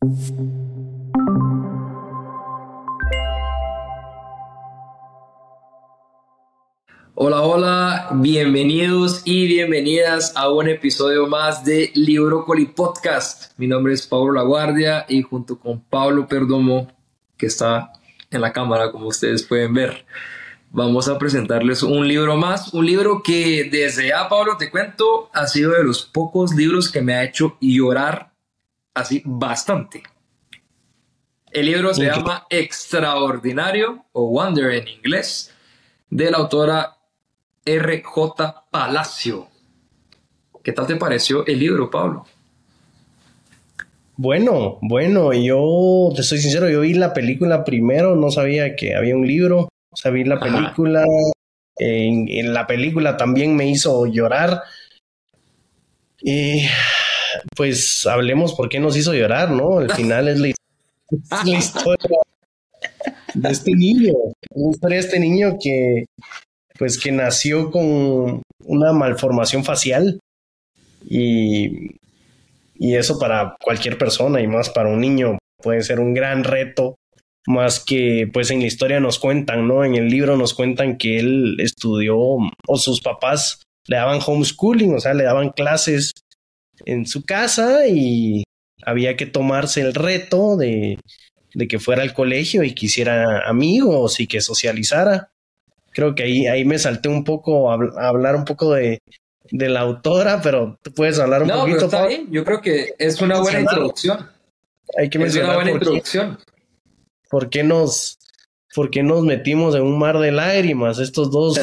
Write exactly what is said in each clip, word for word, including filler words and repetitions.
Hola, hola, bienvenidos y bienvenidas a un episodio más de Librócoli Podcast. Mi nombre es Pablo Laguardia y junto con Pablo Perdomo, que está en la cámara como ustedes pueden ver, vamos a presentarles un libro más, un libro que desde ya, Pablo, te cuento, ha sido de los pocos libros que me ha hecho llorar así bastante. El libro se llama Extraordinario o Wonder en inglés, de la autora R J Palacio. ¿Qué tal te pareció el libro, Pablo? Bueno, bueno, yo te soy sincero, yo vi la película primero, no sabía que había un libro, o sea, vi la película, en, en la película también me hizo llorar. Y pues hablemos por qué nos hizo llorar, ¿no? Al final es la, es la historia de este niño, la historia de este niño que pues que nació con una malformación facial y, y eso para cualquier persona y más para un niño puede ser un gran reto, más que pues en la historia nos cuentan, ¿no? En el libro nos cuentan que él estudió o sus papás le daban homeschooling, o sea, le daban clases en su casa y había que tomarse el reto de, de que fuera al colegio y que hiciera amigos y que socializara. Creo que ahí, ahí me salté un poco a, a hablar un poco de, de la autora, pero tú puedes hablar un no, poquito. No, pero está bien. Yo creo que es una buena introducción. Hay que mencionar es una buena por introducción. Qué, por, qué nos, ¿Por qué nos metimos en un mar de lágrimas estos dos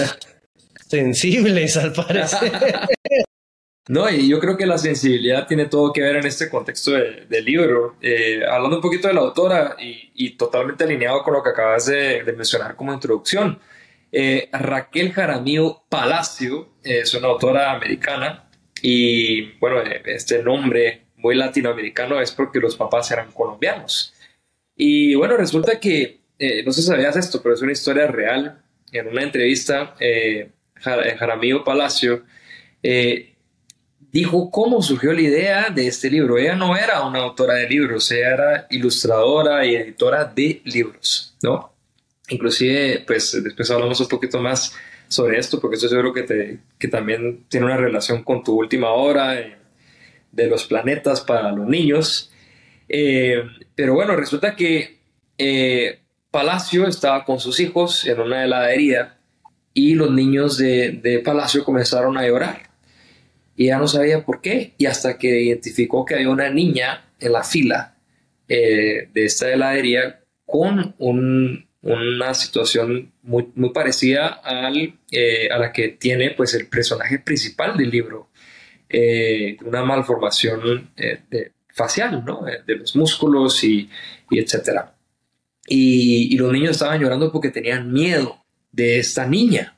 sensibles, al parecer? No, y yo creo que la sensibilidad tiene todo que ver en este contexto de, del libro. Eh, hablando un poquito de la autora y, y totalmente alineado con lo que acabas de, de mencionar como introducción. Eh, Raquel Jaramillo Palacio es una autora americana y bueno, este nombre muy latinoamericano es porque los papás eran colombianos. Y bueno, resulta que, eh, no sé si sabías esto, pero es una historia real. En una entrevista, eh, Jaramillo Palacio eh, dijo cómo surgió la idea de este libro. Ella no era una autora de libros, ella era ilustradora y editora de libros, ¿no? Inclusive, pues después hablamos un poquito más sobre esto, porque estoy seguro que, te, que también tiene una relación con tu última obra eh, de los planetas para los niños. Eh, pero bueno, resulta que eh, Palacio estaba con sus hijos en una heladería y los niños de, de Palacio comenzaron a llorar. Y ella no sabía por qué. Y hasta que identificó que había una niña en la fila eh, de esta heladería con un una situación muy, muy parecida al, eh, a la que tiene pues, el personaje principal del libro, eh, una malformación eh, de, facial, ¿no? De los músculos y, y etcétera. Y, y los niños estaban llorando porque tenían miedo de esta niña.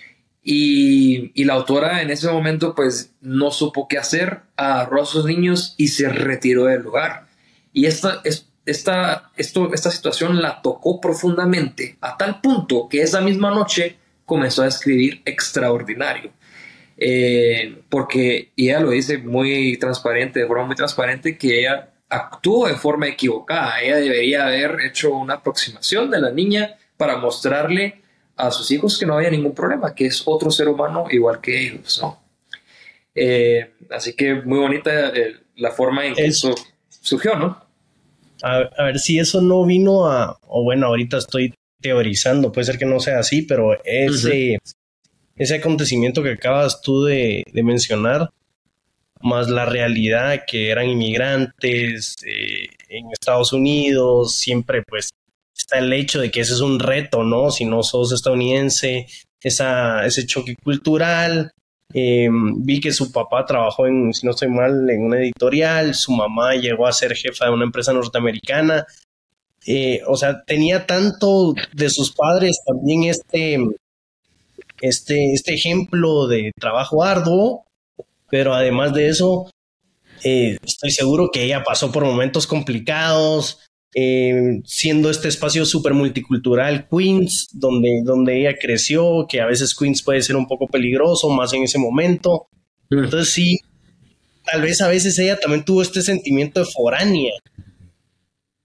Y, y la autora en ese momento pues no supo qué hacer, agarró a sus niños y se retiró del lugar. Y esta es Esta, esto, esta situación la tocó profundamente a tal punto que esa misma noche comenzó a escribir Extraordinario. Eh, porque ella lo dice muy transparente, de forma muy transparente, que ella actuó de forma equivocada. Ella debería haber hecho una aproximación de la niña para mostrarle a sus hijos que no había ningún problema, que es otro ser humano igual que ellos, ¿no? Eh, así que muy bonita eh, la forma en que es... eso surgió, ¿no? A, a ver si eso no vino a, o bueno, ahorita estoy teorizando, puede ser que no sea así, pero ese, uh-huh. ese acontecimiento que acabas tú de, de mencionar, más la realidad que eran inmigrantes eh, en Estados Unidos, siempre pues está el hecho de que ese es un reto, ¿no? Si no sos estadounidense, esa, ese choque cultural. Eh, vi que su papá trabajó en, si no estoy mal, en una editorial, su mamá llegó a ser jefa de una empresa norteamericana, eh, o sea, tenía tanto de sus padres también este, este, este ejemplo de trabajo arduo, pero además de eso, eh, estoy seguro que ella pasó por momentos complicados, eh, siendo este espacio súper multicultural Queens, donde, donde ella creció, que a veces Queens puede ser un poco peligroso, más en ese momento. Entonces sí, tal vez a veces ella también tuvo este sentimiento de foránea,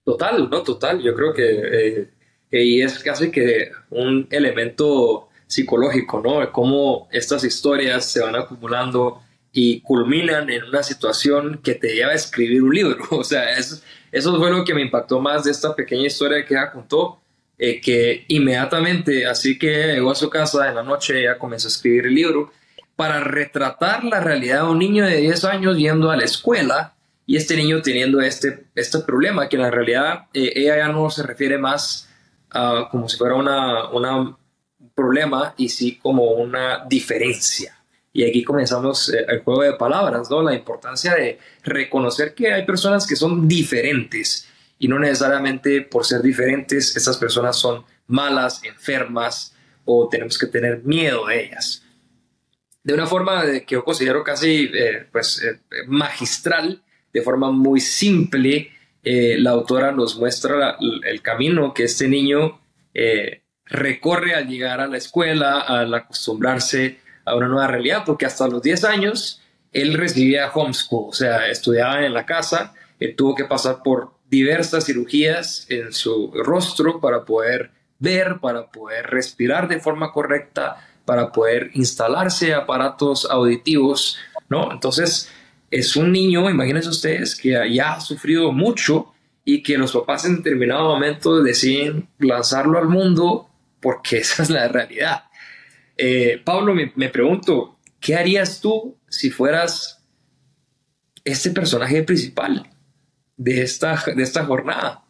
Total, no, total. Yo creo que eh, eh, y es casi que un elemento psicológico, ¿no? De cómo estas historias se van acumulando y culminan en una situación que te lleva a escribir un libro. O sea, eso, eso fue lo que me impactó más de esta pequeña historia que ella contó, eh, que inmediatamente, así que llegó a su casa en la noche, ella comenzó a escribir el libro para retratar la realidad de un niño de diez años yendo a la escuela y este niño teniendo este, este problema, que en la realidad eh, ella ya no se refiere más a como si fuera una, una, un problema y sí como una diferencia. Y aquí comenzamos eh, el juego de palabras, ¿no? La importancia de reconocer que hay personas que son diferentes y no necesariamente por ser diferentes, estas personas son malas, enfermas o tenemos que tener miedo de ellas. De una forma de, que yo considero casi eh, pues, eh, magistral, de forma muy simple, eh, la autora nos muestra la, el camino que este niño eh, recorre al llegar a la escuela, al acostumbrarse a una nueva realidad, porque hasta los diez años él recibía homeschool, o sea, estudiaba en la casa, él tuvo que pasar por diversas cirugías en su rostro para poder ver, para poder respirar de forma correcta, para poder instalarse aparatos auditivos, ¿no? Entonces, es un niño, imagínense ustedes, que ya ha sufrido mucho y que los papás en determinado momento deciden lanzarlo al mundo porque esa es la realidad. Eh, Pablo, me, me pregunto, ¿qué harías tú si fueras este personaje principal de esta, de esta jornada?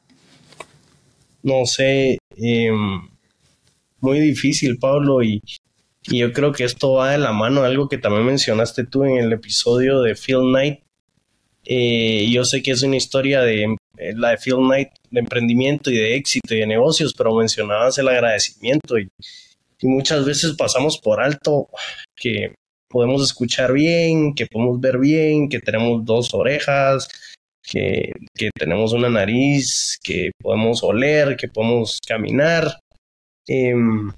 No sé, eh, muy difícil, Pablo, y, y yo creo que esto va de la mano de algo que también mencionaste tú en el episodio de Phil Knight. Eh, yo sé que es una historia de eh, la de Phil Knight de emprendimiento y de éxito y de negocios, pero mencionabas el agradecimiento y, y muchas veces pasamos por alto que podemos escuchar bien, que podemos ver bien, que tenemos dos orejas, que, que tenemos una nariz, que podemos oler, que podemos caminar. Eh,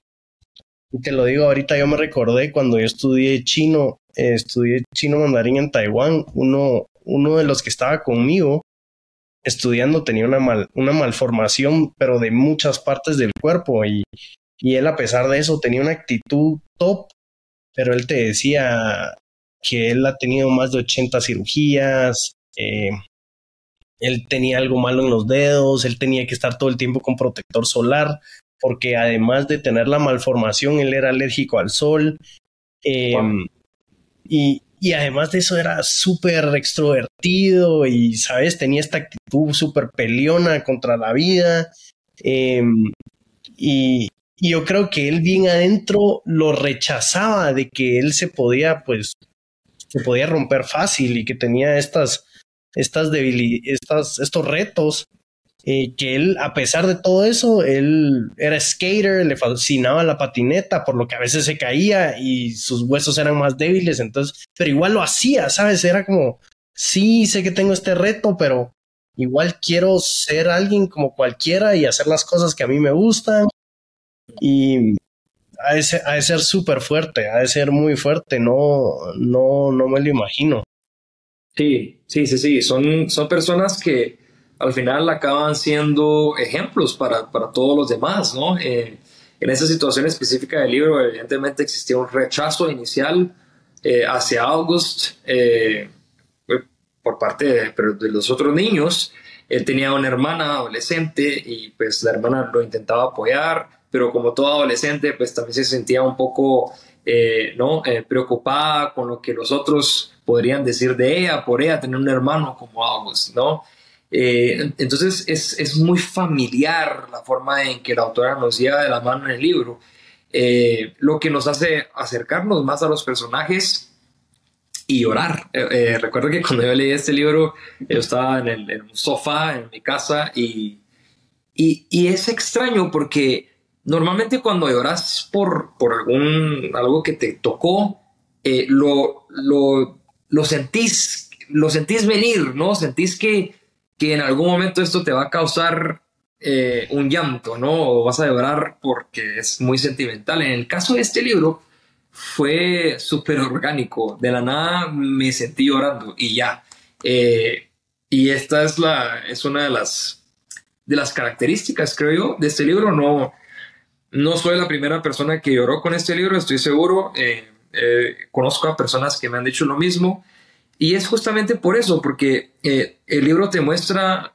y te lo digo, ahorita yo me recordé cuando yo estudié chino, eh, estudié chino mandarín en Taiwán, uno, uno de los que estaba conmigo estudiando tenía una, mal, una malformación, pero de muchas partes del cuerpo, y, y él a pesar de eso tenía una actitud top, pero él te decía que él ha tenido más de ochenta cirugías, eh, él tenía algo malo en los dedos, él tenía que estar todo el tiempo con protector solar, porque además de tener la malformación, él era alérgico al sol, eh, wow. y, y además de eso era súper extrovertido y, ¿sabes? Tenía esta actitud súper peleona contra la vida, eh, y, y yo creo que él bien adentro lo rechazaba de que él se podía, pues, se podía romper fácil y que tenía estas, estas debilidades, estas, estos retos. Eh, que él, a pesar de todo eso, él era skater, le fascinaba la patineta, por lo que a veces se caía y sus huesos eran más débiles, entonces, pero igual lo hacía, ¿sabes? Era como, sí, sé que tengo este reto, pero igual quiero ser alguien como cualquiera y hacer las cosas que a mí me gustan, y ha de ser, ha de ser súper fuerte, ha de ser muy fuerte, no, no, no me lo imagino. Sí, sí, sí, sí, son, son personas que al final acaban siendo ejemplos para, para todos los demás, ¿no? Eh, en esa situación específica del libro, evidentemente existía un rechazo inicial eh, hacia August eh, por parte de, pero de los otros niños. Él tenía una hermana adolescente y pues la hermana lo intentaba apoyar, pero como todo adolescente, pues también se sentía un poco eh, ¿no? eh, preocupada con lo que los otros podrían decir de ella, por ella tener un hermano como August, ¿no? Eh, entonces es, es muy familiar la forma en que la autora nos lleva de la mano en el libro, eh, lo que nos hace acercarnos más a los personajes y llorar. Eh, eh, recuerdo que cuando yo leí este libro, yo estaba en, el, en un sofá en mi casa y, y, y es extraño porque normalmente cuando lloras por, por algún, algo que te tocó, eh, lo, lo, lo, sentís, lo sentís venir, ¿no? Sentís que que en algún momento esto te va a causar eh, un llanto, ¿no? O vas a llorar porque es muy sentimental. En el caso de este libro fue súper orgánico. De la nada me sentí llorando y ya. Eh, y esta es, la, es una de las, de las características, creo yo, de este libro. No, no soy la primera persona que lloró con este libro, estoy seguro. Eh, eh, conozco a personas que me han dicho lo mismo. Y es justamente por eso, porque eh, el libro te muestra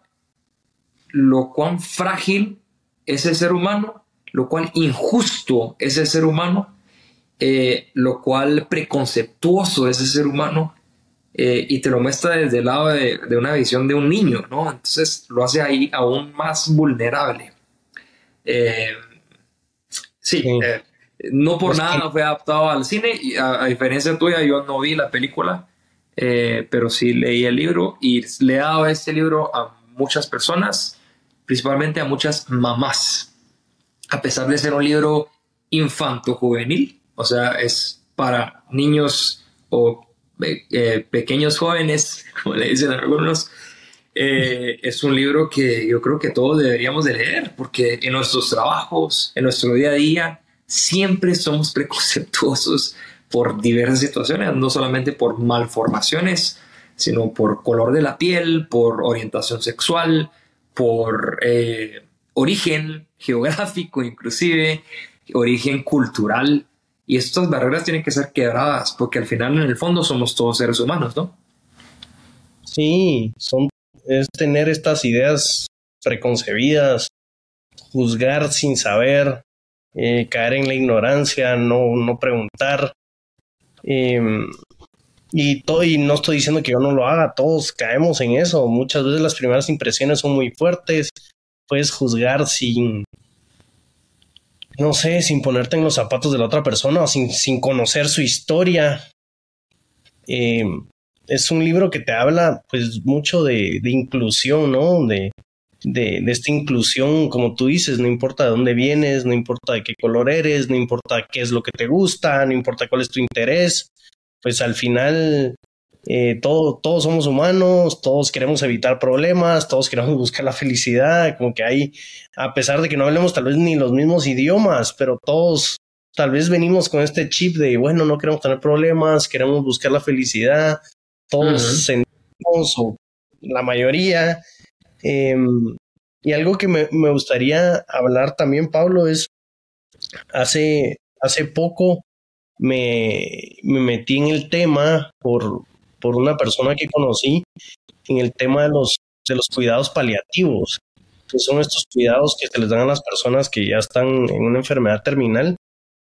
lo cuán frágil es el ser humano, lo cuán injusto es el ser humano, eh, lo cual preconceptuoso es el ser humano, eh, y te lo muestra desde el lado de, de una visión de un niño, ¿no? Entonces lo hace ahí aún más vulnerable. Eh, sí, Sí. eh, no por Es que nada fue adaptado al cine, y a, a diferencia tuya, yo no vi la película, eh, pero sí leí el libro y le he dado este libro a muchas personas, principalmente a muchas mamás, a pesar de ser un libro infanto-juvenil, o sea, es para niños o eh, eh, pequeños jóvenes, como le dicen algunos. Eh, es un libro que yo creo que todos deberíamos de leer, porque en nuestros trabajos, en nuestro día a día, siempre somos preconceptuosos por diversas situaciones, no solamente por malformaciones, sino por color de la piel, por orientación sexual, por eh, origen geográfico inclusive, origen cultural. Y estas barreras tienen que ser quebradas, porque al final en el fondo somos todos seres humanos, ¿no? sí, son, es tener estas ideas preconcebidas, juzgar sin saber, eh, caer en la ignorancia, no, no preguntar. Eh, y, todo, y no estoy diciendo que yo no lo haga, todos caemos en eso. Muchas veces las primeras impresiones son muy fuertes, puedes juzgar sin, no sé, sin ponerte en los zapatos de la otra persona o sin, sin conocer su historia. Eh, es un libro que te habla pues mucho de, de inclusión, ¿no? De, de, de esta inclusión, como tú dices, no importa de dónde vienes, no importa de qué color eres, no importa qué es lo que te gusta, no importa cuál es tu interés, pues al final eh, todo, todos somos humanos, todos queremos evitar problemas, todos queremos buscar la felicidad, como que hay, a pesar de que no hablemos tal vez ni los mismos idiomas, pero todos tal vez venimos con este chip de, bueno, no queremos tener problemas, queremos buscar la felicidad, todos Uh-huh. sentimos, o la mayoría. Eh, y algo que me, me gustaría hablar también, Pablo, es hace, hace poco me, me metí en el tema por, por una persona que conocí, en el tema de los, de los cuidados paliativos, que son estos cuidados que se les dan a las personas que ya están en una enfermedad terminal.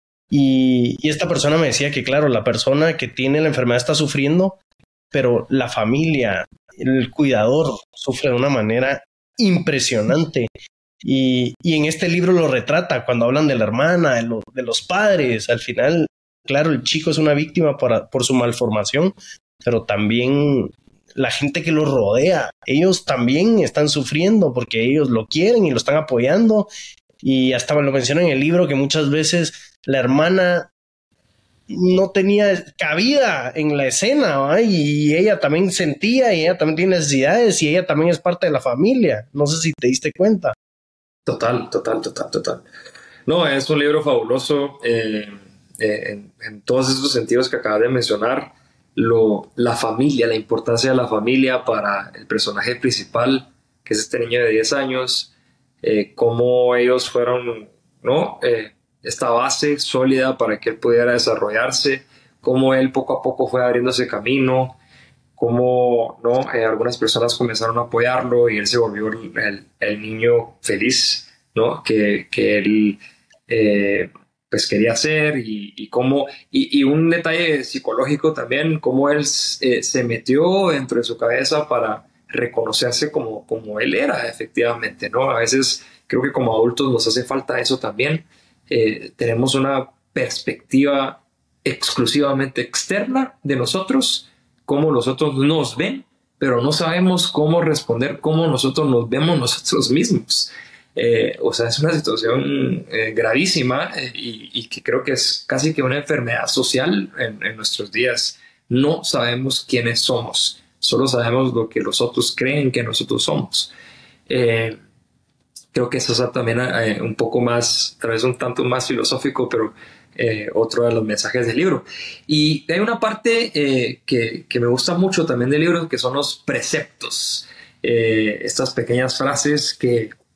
Y, y esta persona me decía que, claro, la persona que tiene la enfermedad está sufriendo, pero la familia, el cuidador, sufre de una manera impresionante. Y, y en este libro lo retrata cuando hablan de la hermana, de, lo, de los padres. Al final, claro, el chico es una víctima por, por su malformación, pero también la gente que lo rodea, ellos también están sufriendo porque ellos lo quieren y lo están apoyando. Y hasta me lo menciona en el libro que muchas veces la hermana no tenía cabida en la escena, ¿va? Y ella también sentía y ella también tiene necesidades y ella también es parte de la familia. No sé si te diste cuenta. Total, total, total, total. No, es un libro fabuloso, eh, eh, en, en todos estos sentidos que acabas de mencionar. Lo, la familia, la importancia de la familia para el personaje principal, que es este niño de diez años, eh, cómo ellos fueron, ¿no? Eh, esta base sólida para que él pudiera desarrollarse, cómo él poco a poco fue abriéndose camino, cómo, ¿no? Eh, algunas personas comenzaron a apoyarlo y él se volvió el, el- el niño feliz, ¿no? Que, que él eh, pues quería ser, y, y cómo, y, y un detalle psicológico también, cómo él eh, se metió dentro de su cabeza para reconocerse como, como él era efectivamente, ¿no? A veces creo que como adultos nos hace falta eso también. Eh, tenemos una perspectiva exclusivamente externa de nosotros, cómo los otros nos ven, pero no sabemos cómo responder, cómo nosotros nos vemos nosotros mismos. Eh, o sea, es una situación eh, gravísima, eh, y, y que creo que es casi que una enfermedad social en, en nuestros días. No sabemos quiénes somos, solo sabemos lo que los otros creen que nosotros somos. Eh, Creo que eso es también eh, un poco más, tal vez un tanto más filosófico, pero eh, otro de los mensajes del libro. Y hay una parte eh, que, que me gusta mucho también del libro, que son los preceptos. Eh, estas pequeñas frases que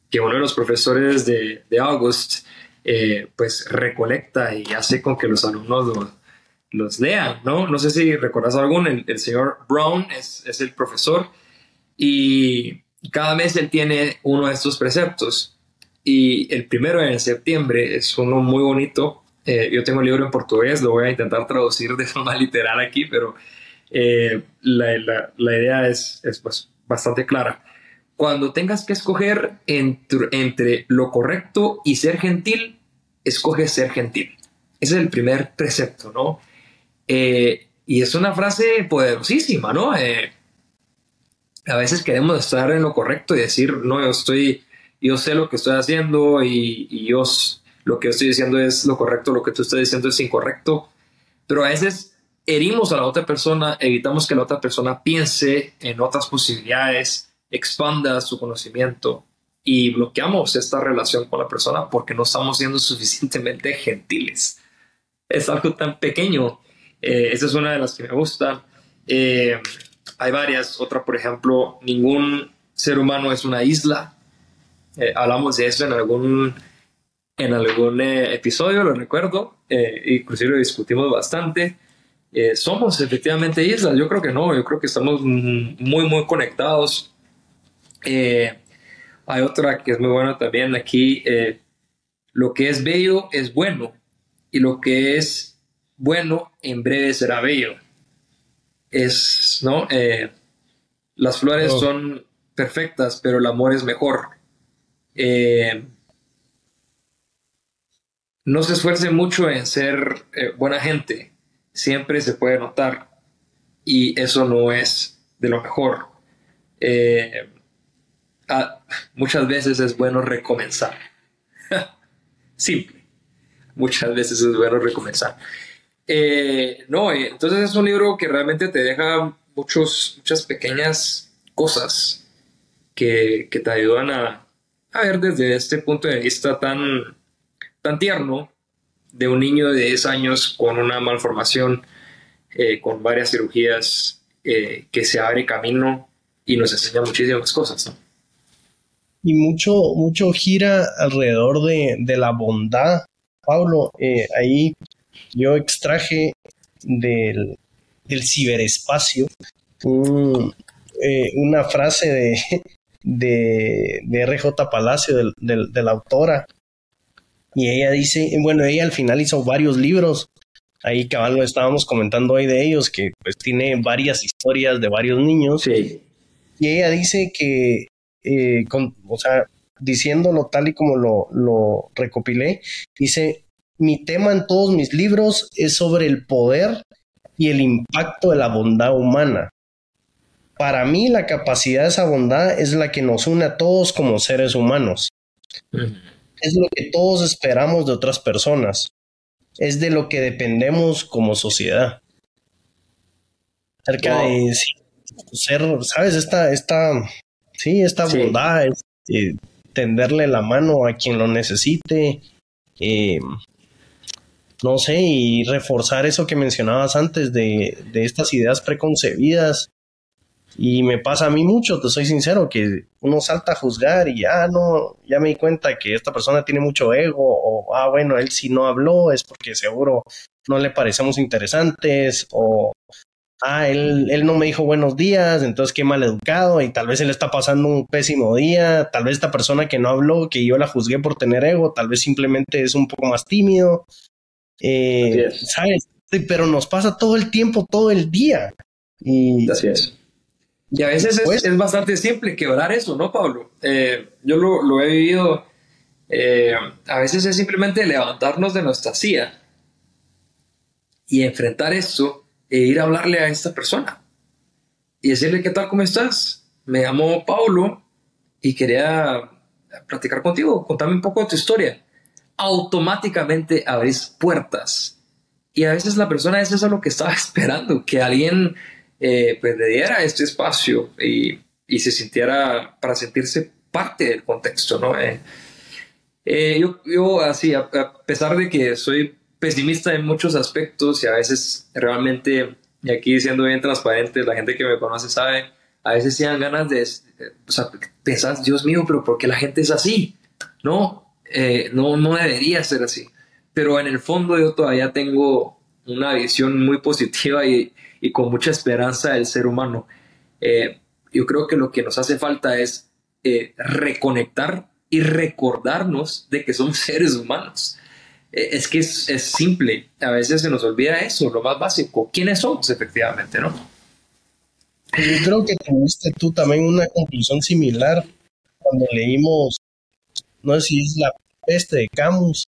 que uno de los profesores de, de August eh, pues recolecta y hace con que los alumnos los, los lean, ¿no? No sé si recuerdas algún, el, el señor Brown es, es el profesor y cada mes él tiene uno de estos preceptos y el primero en septiembre es uno muy bonito. Eh, yo tengo el libro en portugués, lo voy a intentar traducir de forma literal aquí, pero eh, la, la, la idea es, es pues, bastante clara. Cuando tengas que escoger entre, entre lo correcto y ser gentil, escoge ser gentil. Ese es el primer precepto, ¿no? Eh, y es una frase poderosísima, ¿no? Eh, a veces queremos estar en lo correcto y decir, no, yo estoy, yo sé lo que estoy haciendo y, y yo lo que yo estoy diciendo es lo correcto, lo que tú estás diciendo es incorrecto. Pero a veces herimos a la otra persona, evitamos que la otra persona piense en otras posibilidades, expanda su conocimiento y bloqueamos esta relación con la persona porque no estamos siendo suficientemente gentiles. Es algo tan pequeño. Eh, esa es una de las que me gusta. Eh, hay varias. Otra, por ejemplo, ningún ser humano es una isla. Eh, hablamos de eso en algún, en algún eh, episodio, lo recuerdo. Eh, inclusive lo discutimos bastante. Eh, ¿Somos efectivamente islas? Yo creo que no. Yo creo que estamos muy, muy conectados. Eh, hay otra que es muy buena también aquí. Eh, lo que es bello es bueno. Y lo que es bueno en breve será bello. Es, ¿no? Eh, las flores Oh. son perfectas, pero el amor es mejor. Eh, no se esfuerce mucho en ser eh, buena gente. Siempre se puede notar. Y eso no es de lo mejor. Eh, ah, muchas veces es bueno recomenzar. Simple. Muchas veces es bueno recomenzar. Eh, no, eh, entonces es un libro que realmente te deja muchos, muchas pequeñas cosas que, que te ayudan a, a ver desde este punto de vista tan, tan tierno de un niño de diez años con una malformación, eh, con varias cirugías, eh, que se abre camino y nos enseña muchísimas cosas, ¿no? Y mucho, mucho gira alrededor de, de la bondad, Pablo. Eh, ahí yo extraje del, del ciberespacio un, eh, una frase de, de, de R J Palacio, del, del, de la autora, y ella dice, bueno, ella al final hizo varios libros, ahí cabal lo estábamos comentando hoy de ellos, que pues tiene varias historias de varios niños, Sí. y ella dice que, eh, con, o sea, diciéndolo tal y como lo, lo recopilé, dice, mi tema en todos mis libros es sobre el poder y el impacto de la bondad humana. Para mí, la capacidad de esa bondad es la que nos une a todos como seres humanos. Mm. Es lo que todos esperamos de otras personas. Es de lo que dependemos como sociedad. Acerca Wow. de sí, ser, ¿sabes? Esta, esta, sí, esta Sí. bondad, es, eh, tenderle la mano a quien lo necesite. Eh, no sé, y reforzar eso que mencionabas antes de, de estas ideas preconcebidas. Y me pasa a mí mucho, te soy sincero, que uno salta a juzgar y ya no, ya me di cuenta que esta persona tiene mucho ego, o ah, bueno, él si no habló es porque seguro no le parecemos interesantes, o ah, él, él no me dijo buenos días, entonces qué mal educado, y tal vez él está pasando un pésimo día, tal vez esta persona que no habló, que yo la juzgué por tener ego, tal vez simplemente es un poco más tímido, eh, Así es. ¿sabes? Sí, pero nos pasa todo el tiempo, todo el día. Y, Así es. Y a veces es, pues, es bastante simple quebrar eso, ¿no, Pablo? Eh, yo lo, lo he vivido. Eh, a veces es simplemente levantarnos de nuestra silla y enfrentar esto e ir a hablarle a esta persona y decirle, ¿qué tal? ¿Cómo estás? Me llamo Pablo y quería platicar contigo, contame un poco de tu historia. Automáticamente abrís puertas. Y a veces la persona es eso lo que estaba esperando, que alguien eh, pues le diera este espacio y, y se sintiera, para sentirse parte del contexto, ¿no? Eh, eh, yo, yo así, a, a pesar de que soy pesimista en muchos aspectos y a veces realmente, y aquí siendo bien transparente, la gente que me conoce sabe, a veces sí dan ganas de, eh, o sea, pensás, Dios mío, pero ¿por qué la gente es así? No, eh, no, no debería ser así. Pero en el fondo yo todavía tengo una visión muy positiva y, y con mucha esperanza del ser humano. Eh, yo creo que lo que nos hace falta es eh, reconectar y recordarnos de que somos seres humanos. Eh, es que es, es simple, a veces se nos olvida eso, lo más básico, quiénes somos efectivamente, ¿no? Yo creo que tuviste tú también una conclusión similar cuando leímos, no sé si es La peste de Camus,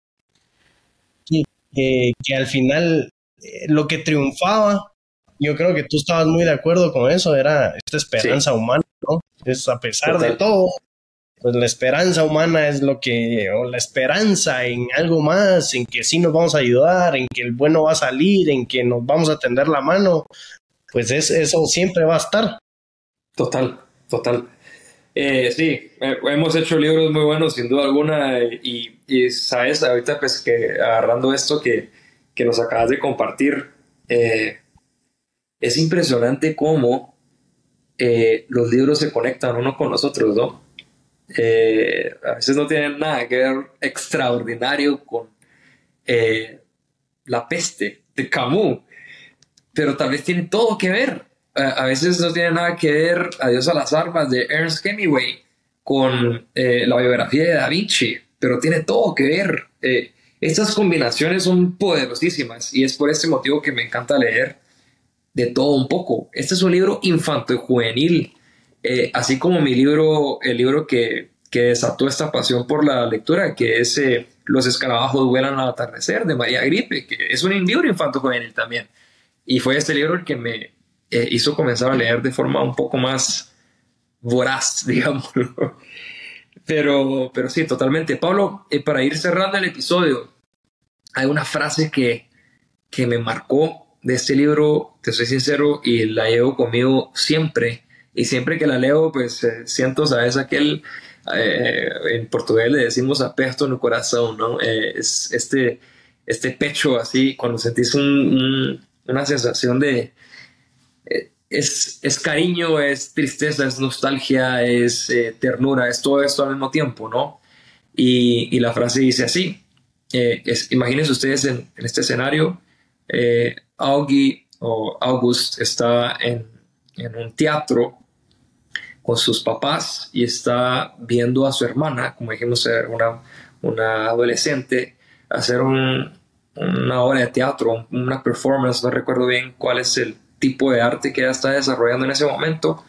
que, que, que al final eh, lo que triunfaba, yo creo que tú estabas muy de acuerdo con eso, era esta Sí, esperanza humana, ¿no? Es a pesar de total, todo, pues la esperanza humana es lo que, o la esperanza en algo más, en que sí nos vamos a ayudar, en que el bueno va a salir, en que nos vamos a tender la mano, pues es, eso siempre va a estar. total, total. Eh, sí, eh, hemos hecho libros muy buenos, sin duda alguna, eh, y, y sabes, ahorita pues que agarrando esto que, que nos acabas de compartir, eh, es impresionante cómo eh, los libros se conectan uno con los otros, ¿no? Eh, a veces no tienen nada que ver extraordinario con eh, La peste de Camus, pero tal vez tiene todo que ver. A, a veces no tiene nada que ver Adiós a las armas de Ernest Hemingway con eh, la biografía de Da Vinci, pero tiene todo que ver. Eh, estas combinaciones son poderosísimas y es por ese motivo que me encanta leer de todo un poco. Este es un libro infanto y juvenil, eh, así como mi libro, el libro que, que desató esta pasión por la lectura, que es eh, Los escarabajos vuelan al atardecer, de María Gripe, que es un libro infanto juvenil también. Y fue este libro el que me eh, hizo comenzar a leer de forma un poco más voraz, digámoslo. Pero, pero sí, totalmente. Pablo, eh, para ir cerrando el episodio, hay una frase que, que me marcó de este libro, te soy sincero, y la llevo conmigo siempre. Y siempre que la leo, pues eh, siento, ¿sabes? Aquel, eh, en portugués le decimos aperto en el corazón, ¿no? Eh, es este, este pecho así, cuando sentís un, un, una sensación de, eh, es, es cariño, es tristeza, es nostalgia, es eh, ternura, es todo esto al mismo tiempo, ¿no? Y, y la frase dice así, eh, es, imagínense ustedes en, en este escenario, eh, Augie o August está en, en un teatro con sus papás y está viendo a su hermana, como dijimos, una, una adolescente, hacer un, una obra de teatro, una performance, no recuerdo bien cuál es el tipo de arte que ella está desarrollando en ese momento.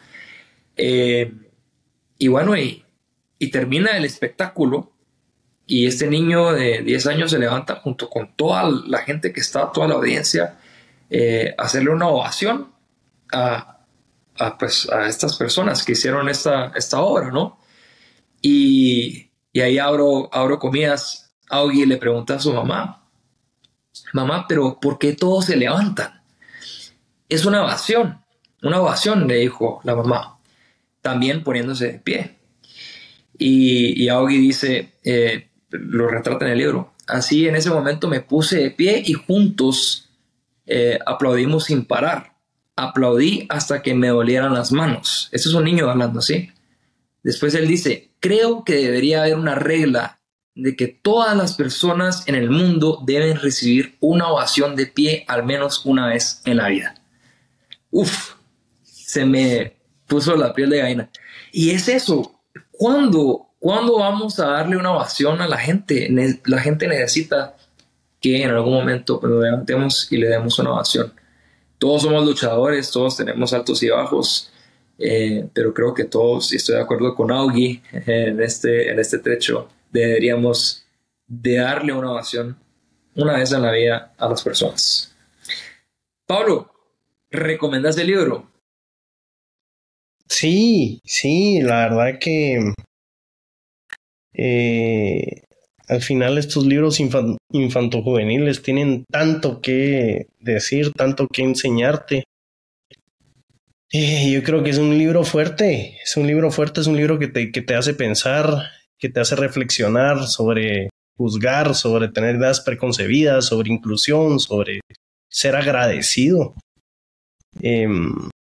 Eh, y bueno, y, y termina el espectáculo y este niño de diez años se levanta junto con toda la gente que está, toda la audiencia, eh, a hacerle una ovación a, a, pues, a estas personas que hicieron esta, esta obra, ¿no? Y, y ahí abro, abro comillas, Augie le pregunta a su mamá, mamá, pero ¿por qué todos se levantan? Es una ovación, una ovación, le dijo la mamá, también poniéndose de pie. Y, y Augie dice, eh, lo retrata en el libro, así en ese momento me puse de pie y juntos eh, aplaudimos sin parar. Aplaudí hasta que me dolieran las manos. Este es un niño hablando así. Después él dice, creo que debería haber una regla de que todas las personas en el mundo deben recibir una ovación de pie al menos una vez en la vida. Uf, se me puso la piel de gallina. Y es eso, ¿cuándo, ¿cuándo vamos a darle una ovación a la gente? Ne- La gente necesita que en algún momento pues, nos levantemos y le demos una ovación. Todos somos luchadores, todos tenemos altos y bajos, eh, pero creo que todos, y estoy de acuerdo con Augie en este, en este trecho, deberíamos de darle una ovación una vez en la vida a las personas. Pablo, ¿recomendás el libro? Sí, sí, la verdad que eh, al final estos libros infan- infantojuveniles tienen tanto que decir, tanto que enseñarte. Eh, yo creo que es un libro fuerte, es un libro fuerte, es un libro que te, que te hace pensar, que te hace reflexionar sobre juzgar, sobre tener ideas preconcebidas, sobre inclusión, sobre ser agradecido. Em,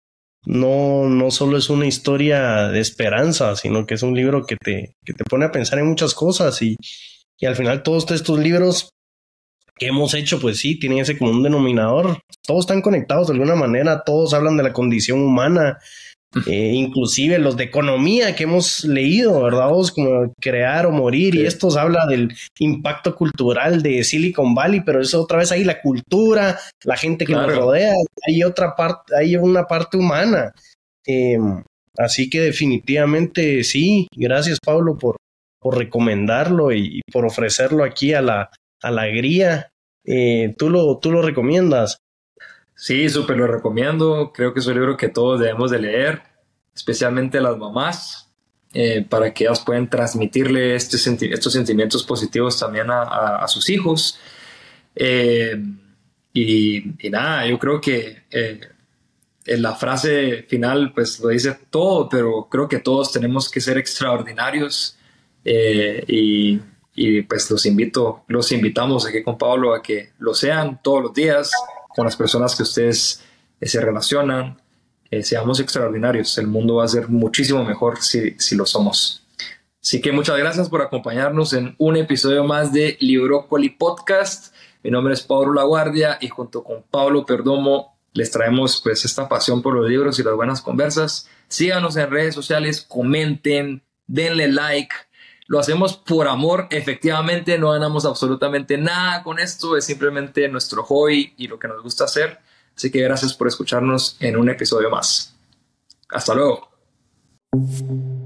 no, no solo es una historia de esperanza, sino que es un libro que te, que te pone a pensar en muchas cosas y, y al final todos estos libros que hemos hecho, pues sí, tienen ese común denominador. Todos están conectados de alguna manera, todos hablan de la condición humana, eh, inclusive los de economía que hemos leído, ¿verdad? Vos, como Crear o Morir, sí. Y estos habla del impacto cultural de Silicon Valley, pero eso otra vez ahí la cultura, la gente que claro. nos rodea, hay otra parte, hay una parte humana. Eh, así que definitivamente sí, gracias Pablo por, por recomendarlo y, y por ofrecerlo aquí a la, a la grilla. Eh, ¿tú, lo, ¿Tú lo recomiendas? Sí, súper lo recomiendo. Creo que es un libro que todos debemos de leer, especialmente las mamás, eh, para que ellas puedan transmitirle este senti- estos sentimientos positivos también a, a, a sus hijos. Eh, y, y nada, yo creo que eh, en la frase final pues lo dice todo, pero creo que todos tenemos que ser extraordinarios eh, y, y pues los invito, los invitamos aquí con Pablo a que lo sean todos los días, con las personas que ustedes eh, se relacionan, eh, seamos extraordinarios. El mundo va a ser muchísimo mejor si, si lo somos. Así que muchas gracias por acompañarnos en un episodio más de Librócoli Podcast. Mi nombre es Pablo Laguardia y junto con Pablo Perdomo les traemos pues esta pasión por los libros y las buenas conversas. Síganos en redes sociales, comenten, denle like. Lo hacemos por amor, efectivamente, no ganamos absolutamente nada con esto, es simplemente nuestro hobby y lo que nos gusta hacer. Así que gracias por escucharnos en un episodio más. Hasta luego.